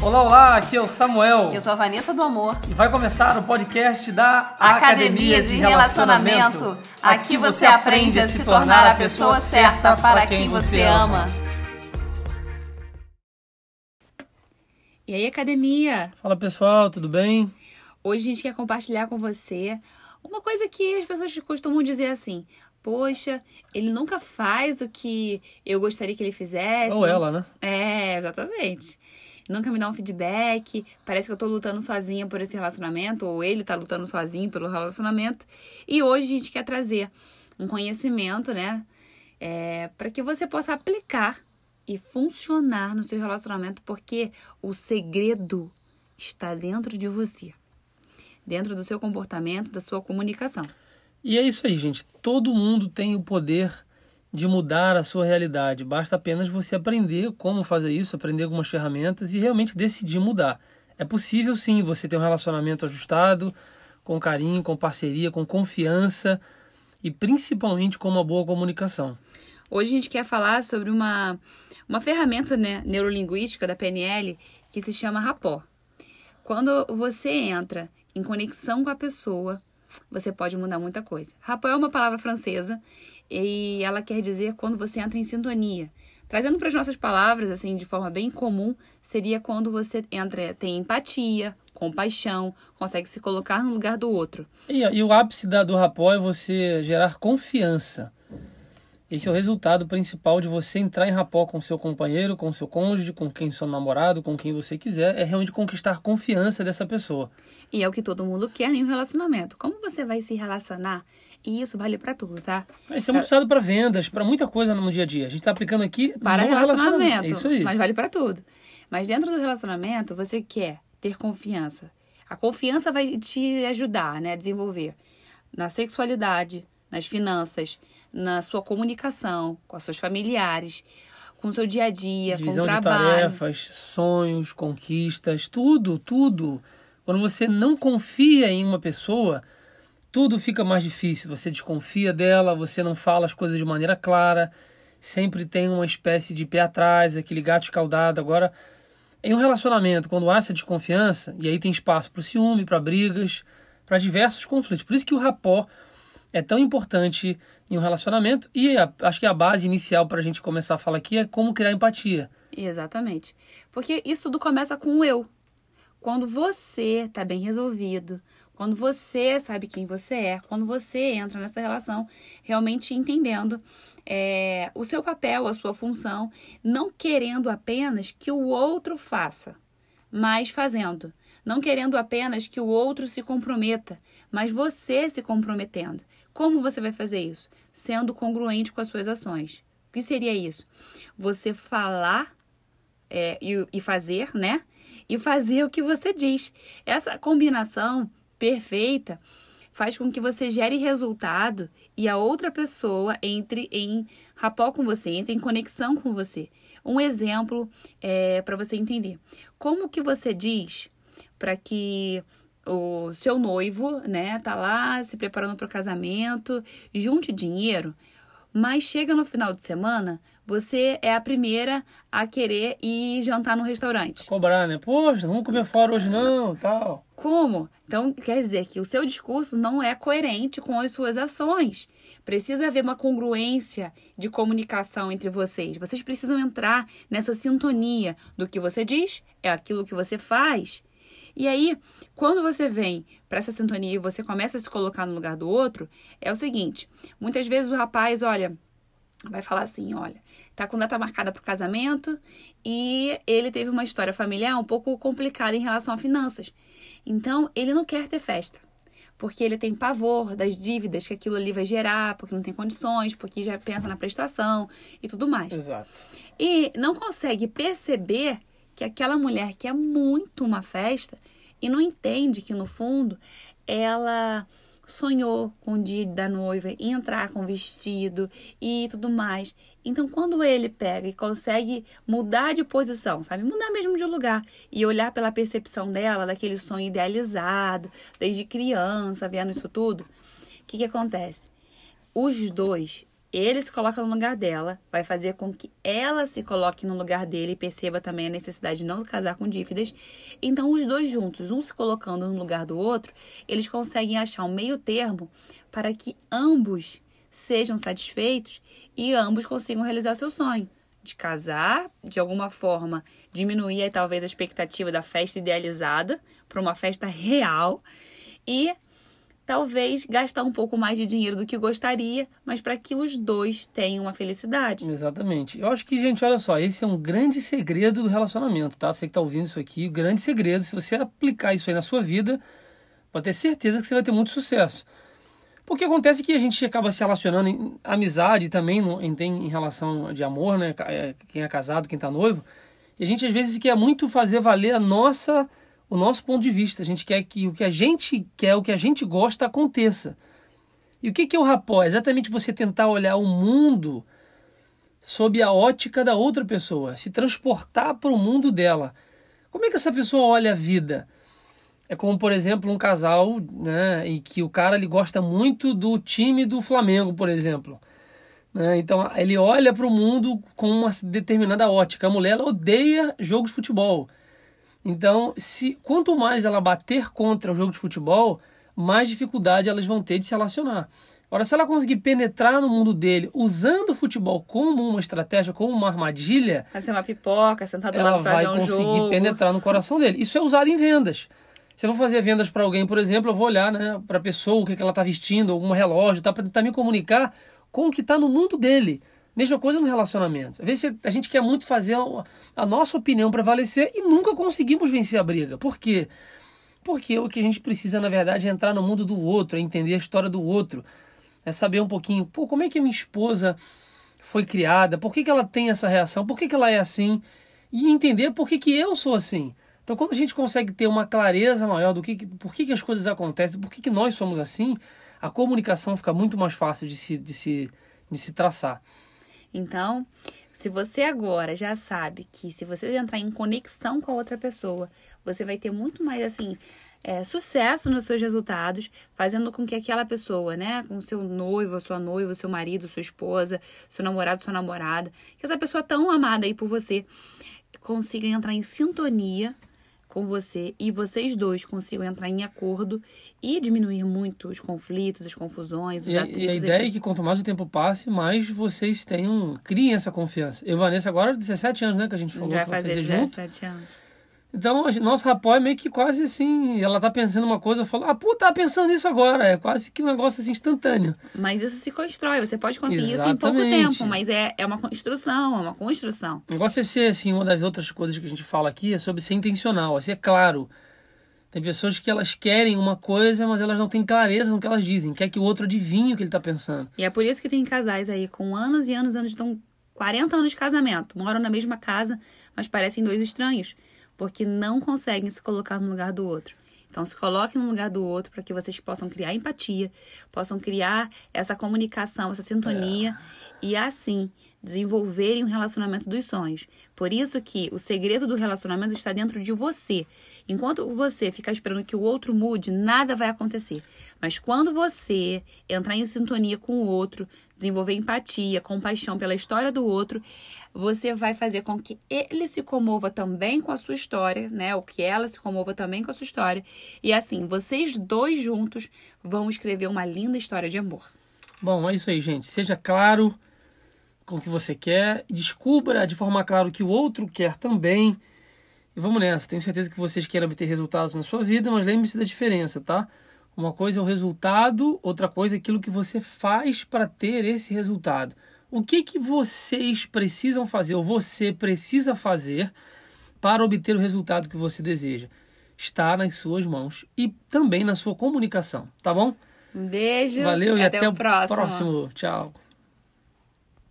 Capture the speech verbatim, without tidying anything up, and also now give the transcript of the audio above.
Olá, olá, aqui é o Samuel. Eu sou a Vanessa do Amor. E vai começar o podcast da Academia de Relacionamento. Aqui você aprende a se tornar a pessoa certa para quem você ama. E aí, academia? Fala, pessoal, tudo bem? Hoje a gente quer compartilhar com você uma coisa que as pessoas costumam dizer assim: poxa, ele nunca faz o que eu gostaria que ele fizesse. Ou não... ela, né? É, exatamente. Nunca me dá um feedback, parece que eu tô lutando sozinha por esse relacionamento, ou ele tá lutando sozinho pelo relacionamento. E hoje a gente quer trazer um conhecimento, né, é, para que você possa aplicar e funcionar no seu relacionamento, porque o segredo está dentro de você, dentro do seu comportamento, da sua comunicação. E é isso aí, gente. Todo mundo tem o poder de mudar a sua realidade. Basta apenas você aprender como fazer isso, aprender algumas ferramentas e realmente decidir mudar. É possível sim você ter um relacionamento ajustado, com carinho, com parceria, com confiança e principalmente com uma boa comunicação. Hoje a gente quer falar sobre uma, uma ferramenta, né, neurolinguística da P N L que se chama rapport. Quando você entra em conexão com a pessoa, você pode mudar muita coisa. Rapport é uma palavra francesa e ela quer dizer quando você entra em sintonia. Trazendo para as nossas palavras, assim, de forma bem comum, seria quando você entra, tem empatia, compaixão, consegue se colocar no lugar do outro. E, e o ápice da, do rapport é você gerar confiança. Esse é o resultado principal de você entrar em rapport com seu companheiro, com seu cônjuge, com quem seu namorado, com quem você quiser, é realmente conquistar a confiança dessa pessoa. E é o que todo mundo quer em um relacionamento. Como você vai se relacionar? E isso vale pra tudo, tá? Isso é muito usado para vendas, para muita coisa no dia a dia. A gente tá aplicando aqui para no relacionamento. relacionamento. É isso aí. Mas vale pra tudo. Mas dentro do relacionamento, você quer ter confiança. A confiança vai te ajudar, né, a desenvolver na sexualidade, nas finanças, na sua comunicação, com os seus familiares, com o seu dia a dia, divisão com o de trabalho. tarefas, sonhos, conquistas, tudo, tudo. Quando você não confia em uma pessoa, tudo fica mais difícil. Você desconfia dela, você não fala as coisas de maneira clara, sempre tem uma espécie de pé atrás, aquele gato escaldado. Agora, em um relacionamento, quando há essa desconfiança, e aí tem espaço para o ciúme, para brigas, para diversos conflitos. Por isso que o rapport é tão importante em um relacionamento e a, acho que a base inicial para a gente começar a falar aqui é como criar empatia. Exatamente. Porque isso tudo começa com o eu. Quando você está bem resolvido, quando você sabe quem você é, quando você entra nessa relação realmente entendendo é, o seu papel, a sua função, não querendo apenas que o outro faça, mas fazendo. Não querendo apenas que o outro se comprometa, mas você se comprometendo. Como você vai fazer isso? Sendo congruente com as suas ações. O que seria isso? Você falar é, e, e fazer, né? E fazer o que você diz. Essa combinação perfeita faz com que você gere resultado e a outra pessoa entre em rapport com você, entre em conexão com você. Um exemplo é, para você entender. Como que você diz para que o seu noivo, né, tá lá se preparando para o casamento, junte dinheiro, mas chega no final de semana, você é a primeira a querer ir jantar no restaurante. Cobrar, né? Poxa, não vamos comer fora hoje não, tal. Como? Então, quer dizer que o seu discurso não é coerente com as suas ações. Precisa haver uma congruência de comunicação entre vocês. Vocês precisam entrar nessa sintonia do que você diz, é aquilo que você faz. E aí, quando você vem para essa sintonia e você começa a se colocar no lugar do outro, é o seguinte, muitas vezes o rapaz, olha, vai falar assim, olha, tá com data marcada para o casamento e ele teve uma história familiar um pouco complicada em relação a finanças. Então, ele não quer ter festa, porque ele tem pavor das dívidas que aquilo ali vai gerar, porque não tem condições, porque já pensa na prestação e tudo mais. Exato. E não consegue perceber que aquela mulher quer muito uma festa e não entende que, no fundo, ela sonhou com o dia da noiva e entrar com vestido e tudo mais. Então, quando ele pega e consegue mudar de posição, sabe? Mudar mesmo de lugar e olhar pela percepção dela, daquele sonho idealizado, desde criança, vendo isso tudo, o que que acontece? Os dois ele se coloca no lugar dela, vai fazer com que ela se coloque no lugar dele e perceba também a necessidade de não casar com dívidas. Então, os dois juntos, um se colocando no lugar do outro, eles conseguem achar um meio termo para que ambos sejam satisfeitos e ambos consigam realizar seu sonho de casar, de alguma forma diminuir aí, talvez a expectativa da festa idealizada para uma festa real e talvez gastar um pouco mais de dinheiro do que gostaria, mas para que os dois tenham uma felicidade. Exatamente. Eu acho que, gente, olha só, esse é um grande segredo do relacionamento, tá? Você que tá ouvindo isso aqui, o grande segredo, se você aplicar isso aí na sua vida, pode ter certeza que você vai ter muito sucesso. Porque acontece que a gente acaba se relacionando em amizade também, em, em relação de amor, né? Quem é casado, quem tá noivo, e a gente às vezes quer muito fazer valer a nossa... o nosso ponto de vista. A gente quer que o que a gente quer, o que a gente gosta, aconteça. E o que é o rapó? É exatamente você tentar olhar o mundo sob a ótica da outra pessoa, se transportar para o mundo dela. Como é que essa pessoa olha a vida? É como, por exemplo, um casal, né, em que o cara ele gosta muito do time do Flamengo, por exemplo. Né? Então, ele olha para o mundo com uma determinada ótica. A mulher ela odeia jogos de futebol. Então, se, quanto mais ela bater contra o jogo de futebol, mais dificuldade elas vão ter de se relacionar. Agora, se ela conseguir penetrar no mundo dele, usando o futebol como uma estratégia, como uma armadilha... Fazer uma pipoca, sentar do ela lado pra ver um vai conseguir jogo. penetrar no coração dele. Isso é usado em vendas. Se eu vou fazer vendas para alguém, por exemplo, eu vou olhar, né, para a pessoa, o que, que ela está vestindo, algum relógio, tá, para tentar me comunicar com o que está no mundo dele. Mesma coisa no relacionamento. Às vezes a gente quer muito fazer a nossa opinião prevalecer e nunca conseguimos vencer a briga. Por quê? Porque o que a gente precisa, na verdade, é entrar no mundo do outro, é entender a história do outro. É saber um pouquinho, pô, como é que a minha esposa foi criada? Por que, que ela tem essa reação? Por que, que ela é assim? E entender por que, que eu sou assim. Então, quando a gente consegue ter uma clareza maior do que, por que, que as coisas acontecem, por que, que nós somos assim, a comunicação fica muito mais fácil de se, de se, de se traçar. Então, se você agora já sabe que se você entrar em conexão com a outra pessoa, você vai ter muito mais, assim, é, sucesso nos seus resultados, fazendo com que aquela pessoa, né, com seu noivo, sua noiva, seu marido, sua esposa, seu namorado, sua namorada, que essa pessoa tão amada aí por você, consiga entrar em sintonia com você e vocês dois consigam entrar em acordo e diminuir muito os conflitos, as confusões, os e, atritos. E a ideia é que quanto mais o tempo passe, mais vocês tenham, criem essa confiança. Eu e Vanessa agora, dezessete anos, né, que a gente falou vai que vai fazer fazer junto. dezessete anos. Então, a gente, nosso rapó é meio que quase assim, ela tá pensando uma coisa, eu falo, ah, pô, tá pensando nisso agora. É quase que um negócio assim instantâneo. Mas isso se constrói, você pode conseguir Exatamente. isso em pouco tempo, mas é, é uma construção, é uma construção. O negócio é ser, assim, uma das outras coisas que a gente fala aqui é sobre ser intencional, é ser claro. Tem pessoas que elas querem uma coisa, mas elas não têm clareza no que elas dizem, quer que o outro adivinhe o que ele tá pensando. E é por isso que tem casais aí com anos e anos e anos, estão quarenta anos de casamento, moram na mesma casa, mas parecem dois estranhos, porque não conseguem se colocar no lugar do outro. Então, se coloquem no lugar do outro para que vocês possam criar empatia, possam criar essa comunicação, essa sintonia é. E, assim, desenvolverem um relacionamento dos sonhos. Por isso que o segredo do relacionamento está dentro de você. Enquanto você ficar esperando que o outro mude, nada vai acontecer. Mas quando você entrar em sintonia com o outro, desenvolver empatia, compaixão pela história do outro, você vai fazer com que ele se comova também com a sua história, né? Ou que ela se comova também com a sua história. E assim, vocês dois juntos vão escrever uma linda história de amor. Bom, é isso aí, gente. Seja claro com o que você quer, descubra de forma clara o que o outro quer também. E vamos nessa. Tenho certeza que vocês querem obter resultados na sua vida, mas lembre-se da diferença, tá? Uma coisa é o resultado, outra coisa é aquilo que você faz para ter esse resultado. O que, que vocês precisam fazer, ou você precisa fazer para obter o resultado que você deseja? Está nas suas mãos e também na sua comunicação, tá bom? Um beijo. Valeu e até, até o próximo. próximo. Tchau.